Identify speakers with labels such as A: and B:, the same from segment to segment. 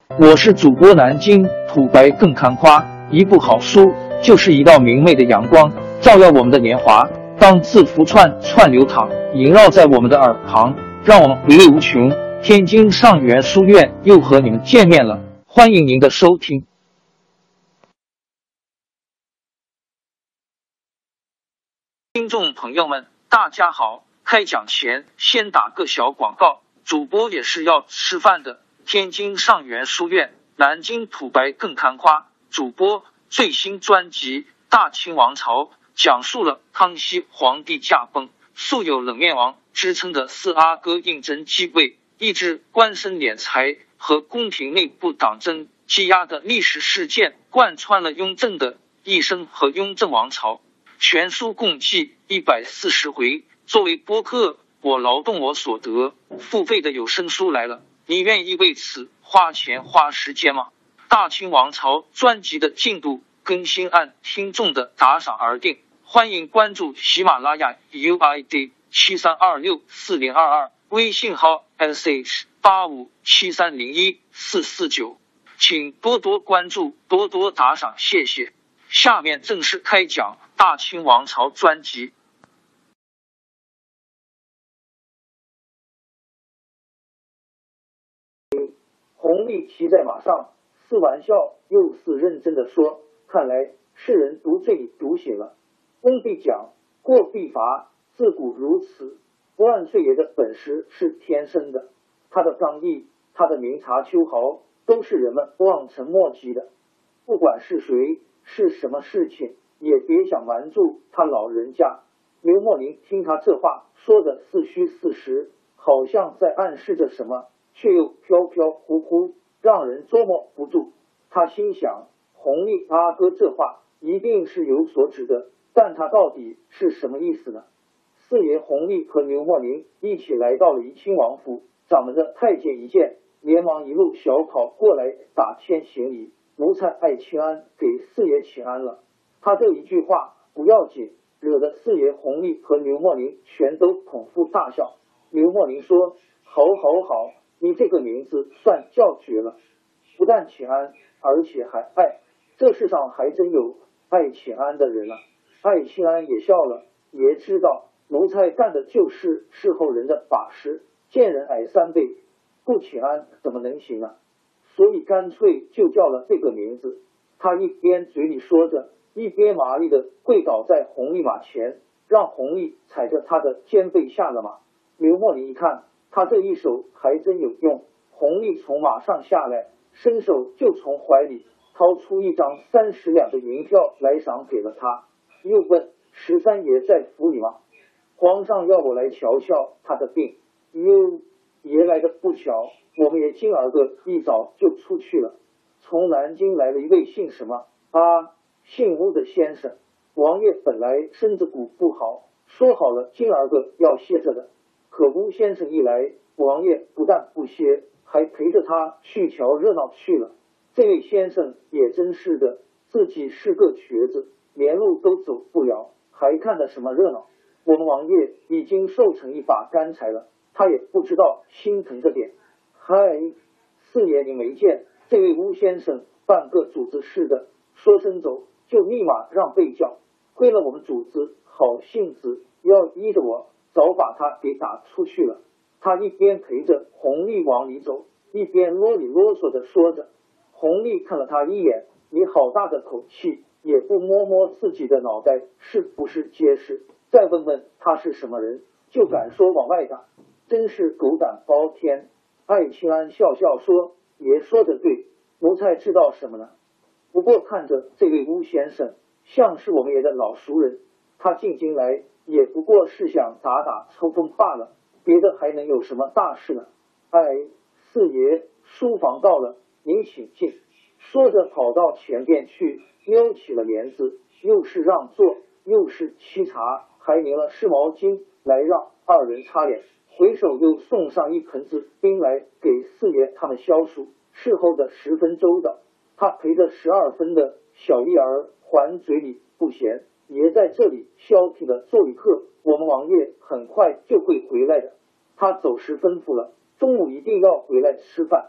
A: 我是主播南京土白更看花，一部好书就是一道明媚的阳光，照耀我们的年华。当字符串流淌，萦绕在我们的耳旁，让我们回味无穷。天津上元书院又和你们见面了，欢迎您的收听。听众朋友们，大家好。开讲前先打个小广告，主播也是要吃饭的。天津上元书院，南京土白更看花，主播最新专辑《大清王朝》，讲述了康熙皇帝驾崩，素有冷面王之称的四阿哥胤禛继位，抑制官绅敛财和宫廷内部党争积压的历史事件，贯穿了雍正的一生和雍正王朝。全书共计140回。作为播客，我劳动我所得，付费的有声书来了，你愿意为此花钱花时间吗？大清王朝专辑的进度更新按听众的打赏而定，欢迎关注喜马拉雅 UID 73264022，微信号 SH8573014449，请多多关注，多多打赏，谢谢。下面正式开讲大清王朝专辑。弘历骑在马上，似玩笑又似认真地说：“看来世人读这里读写了，功必奖，过必罚，自古如此。万岁爷的本事是天生的，他的刚毅，他的明察秋毫，都是人们望尘莫及的。不管是谁，是什么事情，也别想瞒住他老人家。”刘墨林听他这话说的似虚似实，好像在暗示着什么，却又飘飘忽忽，让人捉摸不住。他心想，弘历阿哥这话一定是有所指的，但他到底是什么意思呢？四爷弘历和刘墨林一起来到了怡亲王府，掌门的太监一见，连忙一路小跑过来打天行礼。奴才爱卿安，给四爷请安了。他这一句话不要紧，惹得四爷弘历和刘墨林全都捧腹大笑。刘墨林说：“好，你这个名字算叫绝了，不但请安，而且还爱，这世上还真有爱请安的人啊。”爱卿安也笑了，爷知道奴才干的就是伺候人的把式，见人矮3倍，不请安怎么能行啊？所以干脆就叫了这个名字。他一边嘴里说着，一边麻利的跪倒在弘历马前，让弘历踩着他的肩背下了马。刘墨林一看，他这一手还真有用。弘历从马上下来，伸手就从怀里掏出一张30两的银票来赏给了他，又问：“13爷在府里吗？皇上要我来瞧瞧他的病。”哟，爷来的不巧，我们也今儿个一早就出去了。从南京来了一位姓什么姓乌的先生。王爷本来身子骨不好，说好了今儿个要歇着的，可乌先生一来，王爷不但不歇，还陪着他去瞧热闹去了。这位先生也真是的，自己是个瘸子，连路都走不了，还看得什么热闹？我们王爷已经瘦成一把干柴了，他也不知道心疼着点。嗨，四爷您没见这位乌先生半个主子似的，说声走就立马让被叫，亏了我们主子好性子，要依着我，早把他给打出去了。他一边陪着弘历往里走，一边啰里啰嗦的说着。弘历看了他一眼，你好大的口气，也不摸摸自己的脑袋是不是结实，再问问他是什么人，就敢说往外打，真是狗胆包天。爱卿安笑笑说：“爷说的对，奴才知道什么呢？不过看着这位乌先生像是我们爷的老熟人，他进京来也不过是想打打抽风罢了，别的还能有什么大事呢？”哎，四爷，书房到了，您请进。说着跑到前边去，撩起了帘子，又是让座，又是沏茶，还拧了湿毛巾来让二人擦脸，回手又送上一盆子冰来给四爷他们消暑，伺候的十分周到。他陪着12分的小一儿还嘴里不嫌：“爷在这里消停的坐一刻，我们王爷很快就会回来的。”他走时吩咐了，中午一定要回来吃饭。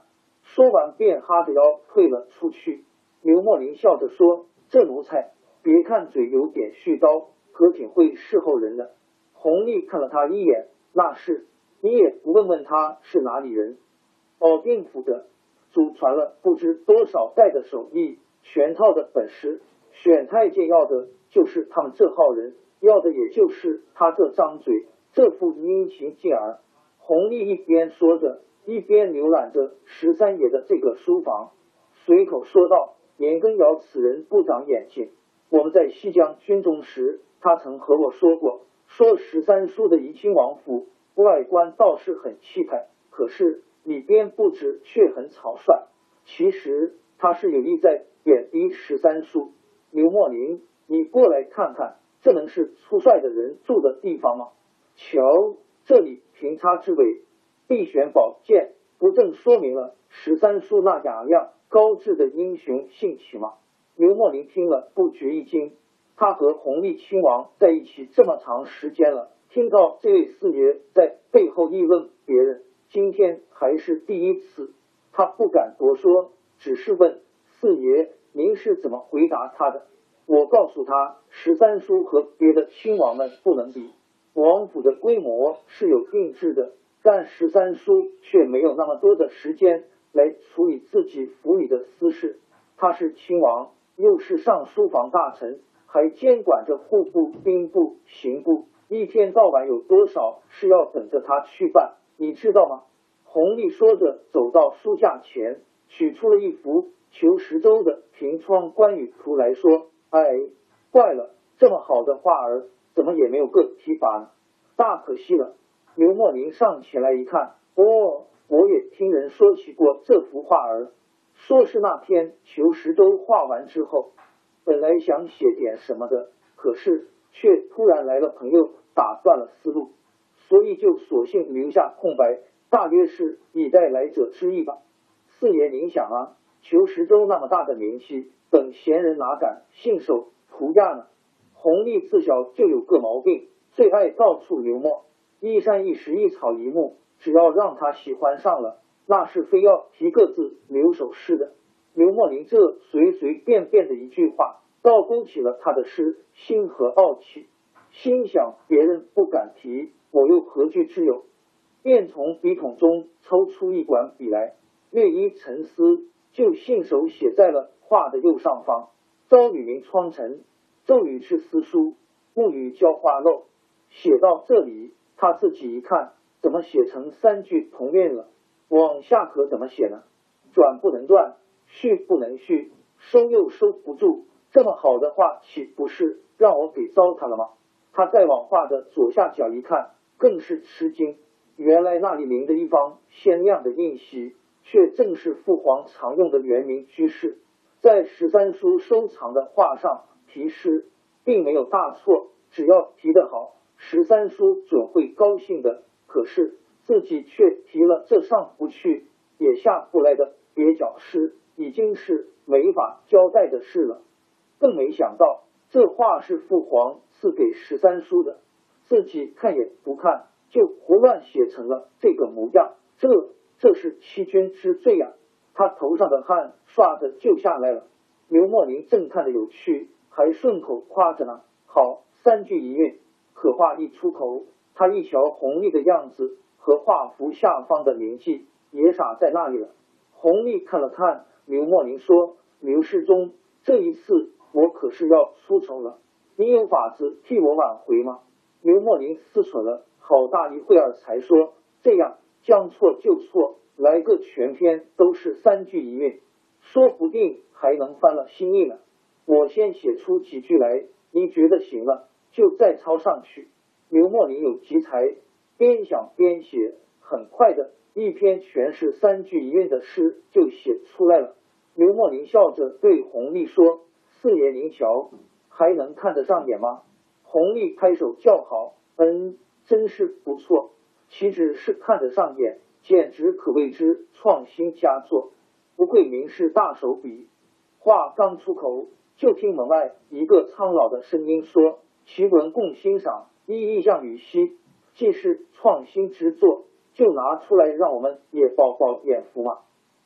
A: 说完便哈着腰退了出去。刘墨林笑着说：“这奴才，别看嘴有点絮叨，可挺会侍候人的。”弘历看了他一眼：“那是，你也不问问他是哪里人？”保定府的，祖传了不知多少代的手艺，全套的本事。选太监要的就是他们这号人，要的也就是他这张嘴，这副殷勤劲儿。弘历一边说着，一边浏览着13爷的这个书房，随口说道：“年羹尧此人不长眼睛，我们在西江军中时，他曾和我说过，说13叔的怡亲王府外观倒是很气派，可是里边布置却很草率。其实他是有意在贬低13叔。刘墨林，你过来看看，这能是粗率的人住的地方吗？瞧，这里平插之尾，必选宝剑，不正说明了13叔那雅量高致的英雄性气吗？”刘墨林听了不觉一惊，他和弘历亲王在一起这么长时间了，听到这位四爷在背后议论别人，今天还是第一次。他不敢多说，只是问：“四爷，您是怎么回答他的？”我告诉他，13叔和别的亲王们不能比，王府的规模是有定制的，但13叔却没有那么多的时间来处理自己府里的私事。他是亲王，又是上书房大臣，还监管着户部、兵部、刑部，一天到晚有多少事要等着他去办，你知道吗？弘历说着，走到书架前，取出了一幅裘十洲的平窗关羽图来说：“哎，怪了，这么好的画儿，怎么也没有个提拔呢？大可惜了。”刘墨林上前来一看，我也听人说起过这幅画儿，说是那天裘十洲画完之后，本来想写点什么的，可是却突然来了朋友，打断了思路，所以就索性留下空白，大约是以待来者之意吧。四爷您想啊，裘十洲那么大的名气，等闲人哪敢信手涂鸦呢？弘历自小就有个毛病，最爱到处流墨，一山一石一草一木，只要让他喜欢上了，那是非要提个字留首诗的。刘墨林这随随便便的一句话，倒勾起了他的诗心和傲气，心想别人不敢提，我又何惧之有？便从笔筒中抽出一管笔来，略一沉思，就信手写在了画的右上方：“朝雨明窗晨，骤雨至思书，暮雨浇花漏。”写到这里，他自己一看，怎么写成3句同韵了？往下可怎么写呢？转不能断，续不能续，收又收不住，这么好的话，岂不是让我给糟蹋了吗？他再往画的左下角一看，更是吃惊，原来那里临的一方鲜亮的印玺，却正是父皇常用的圆明居士。在13叔收藏的画上题诗，并没有大错，只要题得好，13叔准会高兴的。可是自己却提了这上不去也下不来的蹩脚诗，已经是没法交代的事了。更没想到这画是父皇赐给13叔的，自己看也不看，就胡乱写成了这个模样，这是欺君之罪呀！他头上的汗唰的就下来了。刘墨林正看得有趣，还顺口夸着呢：“好，3句一韵。”可话一出口，他一瞧弘历的样子和画幅下方的铭记，也傻在那里了。弘历看了看刘墨林，说：“刘世忠，这一次我可是要出丑了，你有法子替我挽回吗？”刘墨林思忖了好大一会儿，才说：“这样，将错就错，来个全篇都是3句一韵，说不定还能翻了新意呢。我先写出几句来，你觉得行了，就再抄上去。”刘墨林有急才，边想边写，很快的一篇全是3句一韵的诗就写出来了。刘墨林笑着对弘历说：“四爷您瞧，还能看得上眼吗？”弘历拍手叫好：“真是不错，岂止是看得上眼，简直可谓之创新佳作，不愧名士大手笔。”话刚出口，就听门外一个苍老的声音说：“其文共欣赏，意向与兮，既是创新之作，就拿出来让我们也饱饱眼福嘛。”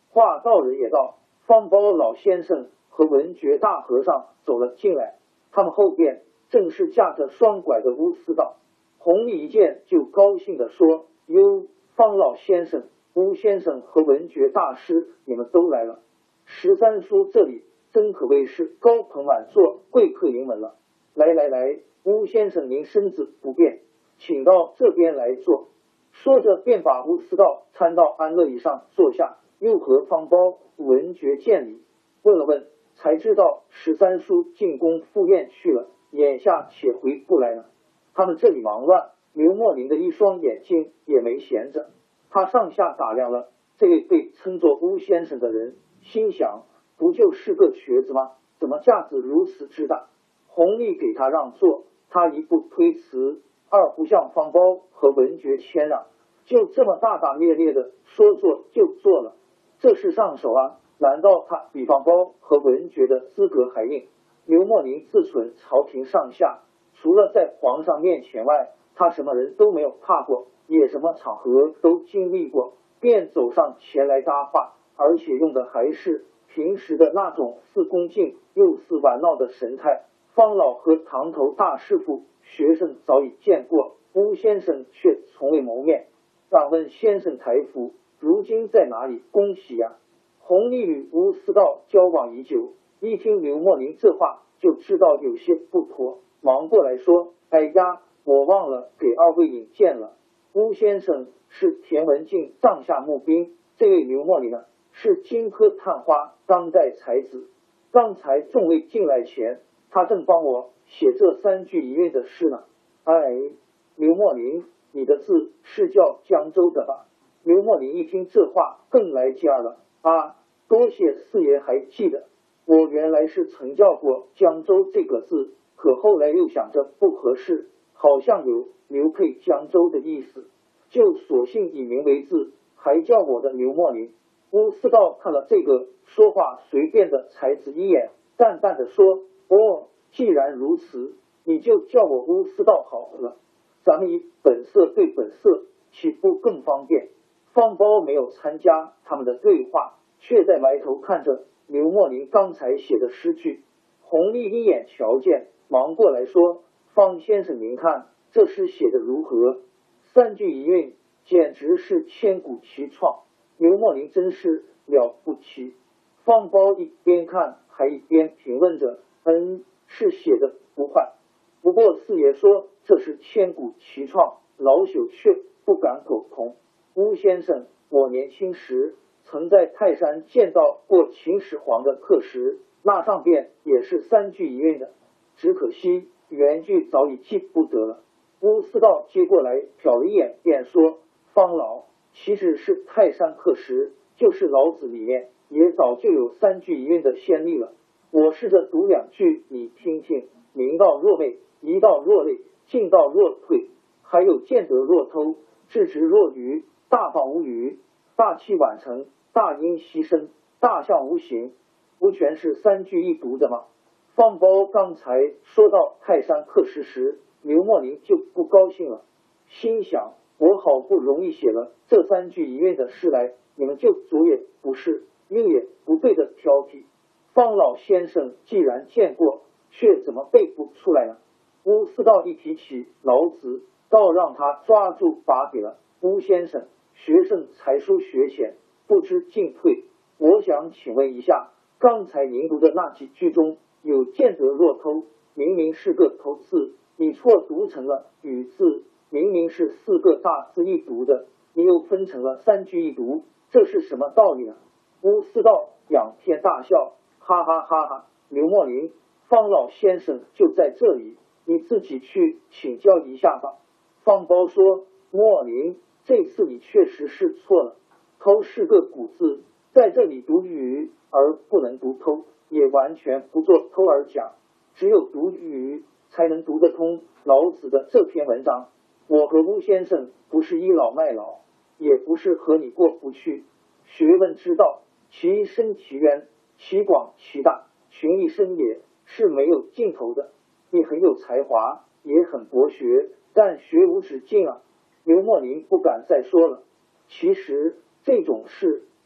A: 话到人也到，方包老先生和文觉大和尚走了进来，他们后边正是架着双拐的乌思道。弘历一见就高兴地说：“哟，方老先生、乌先生和文觉大师，你们都来了。13叔这里真可谓是高朋满座，贵客盈门了。来来来，乌先生您身子不便，请到这边来坐。”说着便把乌思道搀到安乐椅上坐下，又和方包、文觉见礼，问了问，才知道13叔进宫赴宴去了，眼下且回不来了。他们这里忙乱，刘墨林的一双眼睛也没闲着，他上下打量了这位被称作乌先生的人，心想不就是个瘸子吗？怎么架子如此之大？弘历给他让座，他一不推辞，二不向方包和文觉谦让，就这么大大咧咧的说做就做了。这是上手啊，难道他比方包和文觉的资格还硬？刘墨林自忖朝廷上下，除了在皇上面前外，他什么人都没有怕过，也什么场合都经历过，便走上前来搭话，而且用的还是平时的那种似恭敬又似玩闹的神态。方老和堂头大师傅学生早已见过，乌先生却从未谋面。敢问先生台府如今在哪里？恭喜呀！弘历与乌思道交往已久，一听刘墨林这话就知道有些不妥，忙过来说：“哎呀，我忘了给二位引荐了。乌先生是田文镜帐下募兵，这位刘墨林呢是金科探花当代才子。刚才众位进来前，他正帮我写这3句一韵的诗呢。”哎，刘墨林，你的字是叫江州的吧？刘墨林一听这话更来劲儿了啊！多谢四爷还记得，我原来是曾叫过江州这个字，可后来又想着不合适，好像有刘配江州的意思，就索性以名为字，还叫我的刘墨林。乌思道看了这个说话随便的才子一眼，淡淡的说：“哦，既然如此，你就叫我乌思道好了，咱们以本色对本色，岂不更方便？”方包没有参加他们的对话，却在埋头看着刘墨林刚才写的诗句。弘历一眼瞧见，忙过来说：“方先生您看这诗写的如何？3句一韵，简直是千古奇创。刘墨林真是了不起。”方包一边看还一边评论着：“是写的不坏，不过四爷说这是千古奇创，老朽却不敢苟同。乌先生，我年轻时曾在泰山见到过秦始皇的刻石，那上边也是3句一韵的，只可惜原句早已记不得了。”乌思道接过来瞟了一眼，便说：“方老，岂止是泰山刻石，就是老子里面也早就有3句一韵的先例了。我试着读2句，你听听：明道若昧，一道若累，进道若退，还有见得若偷，置直若愚，大放无余，大器晚成，大音希声，大象无形，不全是3句一读的吗？”方包刚才说到泰山刻石时，刘墨林就不高兴了，心想：我好不容易写了这3句一韵的诗来，你们就左也不是右也不对的挑剔。方老先生既然见过，却怎么背不出来呢？乌思道一提起老子，倒让他抓住把柄了。乌先生，学生才疏学浅，不知进退，我想请问一下，刚才您读的那几句中有见得若偷，明明是个偷字，你错读成了语字，明明是4个大字一读的，你又分成了3句一读，这是什么道理呢？乌思道仰天大笑，哈哈哈哈！刘墨林，方老先生就在这里，你自己去请教一下吧。方包说：“墨林，这次你确实是错了，偷是个古字，在这里读语而不能读偷，也完全不做偷而讲，只有读语才能读得通老子的这篇文章。我和乌先生不是倚老卖老，也不是和你过不去。学问之道，其深其渊，其广其大，群一生也，是没有尽头的。你很有才华，也很博学，但学无止境啊。”刘墨林不敢再说了。其实这种事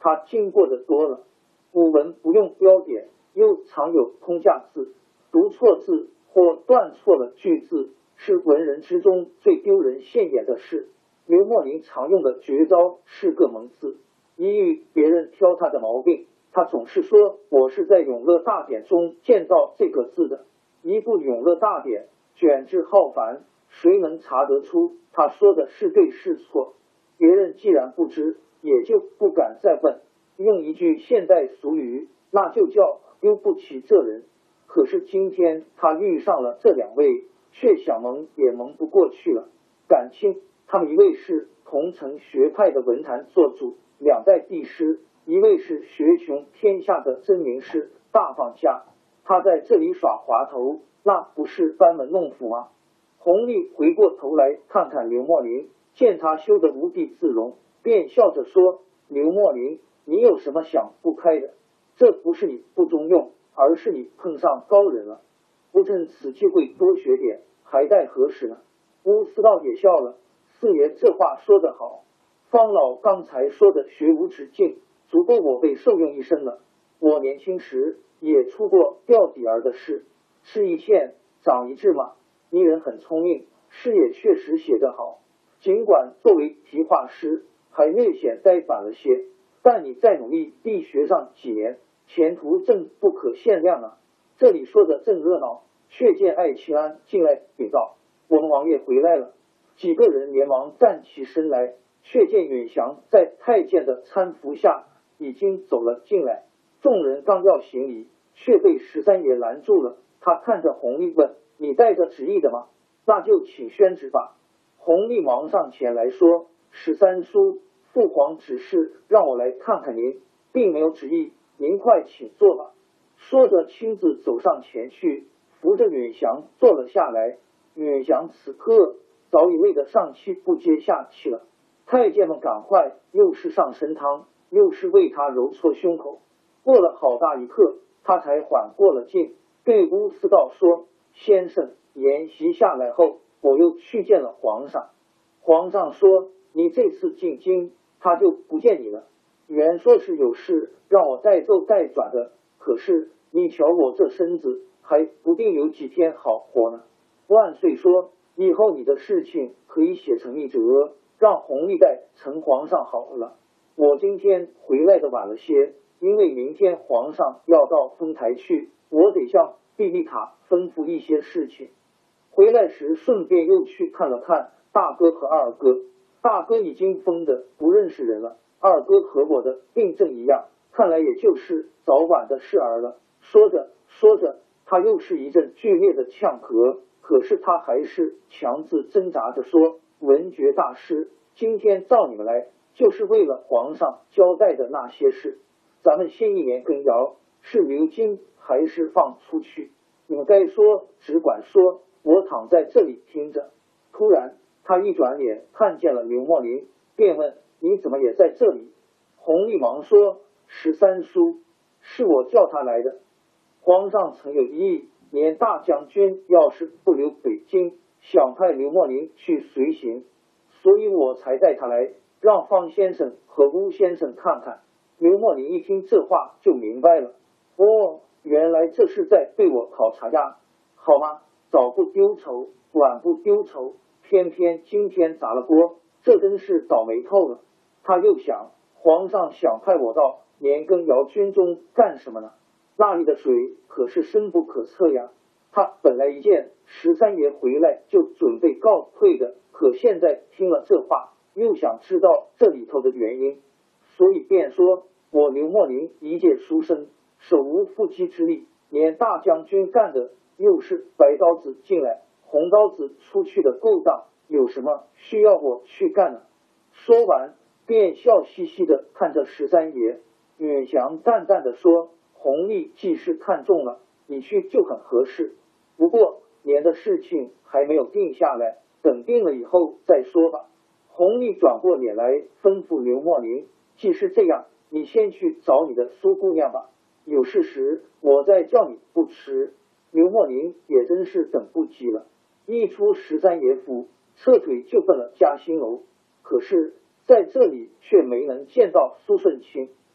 A: 他经过的多了。古文不用标点，又常有通假字，读错字或断错了句字，是文人之中最丢人现眼的事。刘墨林常用的绝招是个蒙字，一遇别人挑他的毛病，他总是说我是在永乐大典中见到这个字的。一部永乐大典卷帙浩繁，谁能查得出他说的是对是错？别人既然不知，也就不敢再问。用一句现代俗语，那就叫丢不起这人。可是今天他遇上了这两位，却想蒙也蒙不过去了。感情他们一位是同城学派的文坛做主，两代帝师；一位是学穷天下的真名士、大放家。他在这里耍滑头，那不是班门弄斧吗？弘历回过头来看看刘墨林，见他羞得无地自容，便笑着说：“刘墨林，你有什么想不开的？这不是你不中用，而是你碰上高人了。不趁此机会多学点，还待何时呢？”乌思道也笑了：“四爷这话说得好，方老刚才说的学无止境，足够我被受用一生了。我年轻时也出过掉底儿的事，吃一堑长一智嘛。你人很聪明，诗也确实写得好，尽管作为题画师还略显呆板了些，但你再努力地学上几年，前途正不可限量啊。”这里说的正热闹，却见艾齐安进来禀道：“我们王爷回来了。”几个人连忙站起身来，却见允祥在太监的搀扶下已经走了进来。众人刚要行礼，却被13爷拦住了。他看着弘历问：“你带着旨意的吗？那就请宣旨吧。”弘历忙上前来说：“13叔，父皇只是让我来看看您，并没有旨意，您快请坐吧。”说着亲自走上前去，扶着允祥坐了下来。允祥此刻早已累得上气不接下气了。太监们赶快又是上参汤，又是为他揉搓胸口。过了好大一刻，他才缓过了劲，对乌思道说：“先生，筵席下来后，我又去见了皇上。皇上说你这次进京，他就不见你了。原说是有事让我带奏带转的，可是你瞧我这身子，还不定有几天好活呢。万岁说以后你的事情可以写成一折，让弘历带呈皇上好了。我今天回来的晚了些，因为明天皇上要到丰台去，我得向毕丽塔吩咐一些事情。回来时顺便又去看了看大哥和二哥。大哥已经疯得不认识人了，二哥和我的病症一样，看来也就是早晚的事儿了。”说着说着，他又是一阵剧烈的呛咳，可是他还是强自挣扎着说：“文觉大师，今天召你们来，就是为了皇上交代的那些事。咱们先一年羹尧，是留京还是放出去？你们该说只管说，我躺在这里听着。”突然他一转脸看见了刘墨林，便问：“你怎么也在这里？”弘历忙说：“13叔，是我叫他来的。皇上曾有一意，年大将军要是不留北京，想派刘墨林去随行，所以我才带他来，让方先生和乌先生看看。”刘墨林一听这话就明白了：“哦，原来这是在对我考察呀。好吗？早不丢愁，晚不丢愁，偏偏今天砸了锅，这真是倒霉透了。”他又想，皇上想派我到年羹尧军中干什么呢？那里的水可是深不可测呀。他本来一见13爷回来就准备告退的，可现在听了这话，又想知道这里头的原因，所以便说：“我刘墨林一介书生，手无缚鸡之力，连大将军干的又是白刀子进来红刀子出去的勾当，有什么需要我去干呢？”说完便笑嘻嘻的看着13爷。允祥淡淡的说：“弘历既是看中了你去，就很合适。不过年的事情还没有定下来，等定了以后再说吧。”弘历转过脸来吩咐刘墨林：“既是这样，你先去找你的苏姑娘吧，有事时我再叫你，不迟。”刘墨林也真是等不及了，一出13爷府，撤腿就奔了嘉兴楼。可是在这里却没能见到苏顺清。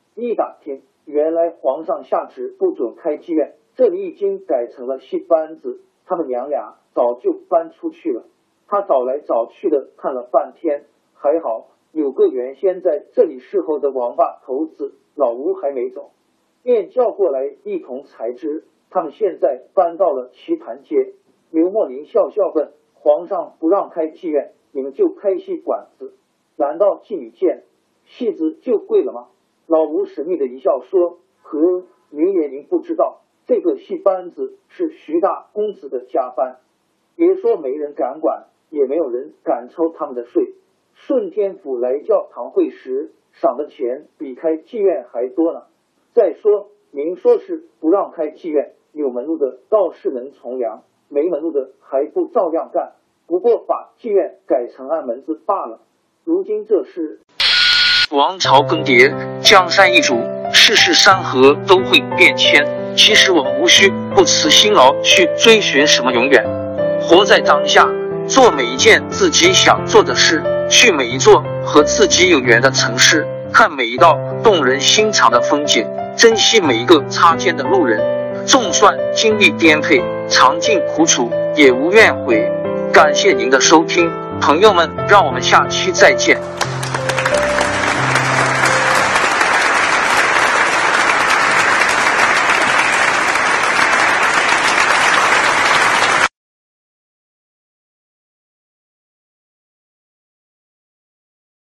A: 一打听，原来皇上下旨不准开妓院，这里已经改成了戏班子，他们娘俩早就搬出去了。他找来找去的看了半天，还好有个原先在这里侍候的王八头子老吴还没走，便叫过来一同裁之。他们现在搬到了棋坛街。刘墨林笑笑问：皇上不让开妓院，你们就开戏馆子，难道妓女见戏子就贵了吗？老吴神秘的一笑说：呵，刘爷您不知道，这个戏班子是徐大公子的家班，别说没人敢管，也没有人敢抽他们的税。顺天府来教堂会时赏的钱比开妓院还多呢。再说您说是不让开妓院，有门路的倒是能从良，没门路的还不照样干，不过把妓院改成暗门子罢了。如今这事
B: 王朝更迭，江山易主，世事山河都会变迁。其实我们无需不辞辛劳去追寻什么永远，活在当下，做每一件自己想做的事，去每一座和自己有缘的城市，看每一道动人心肠的风景，珍惜每一个擦肩的路人。纵算经历颠沛，尝尽苦楚，也无怨悔。感谢您的收听，朋友们，让我们下期再见。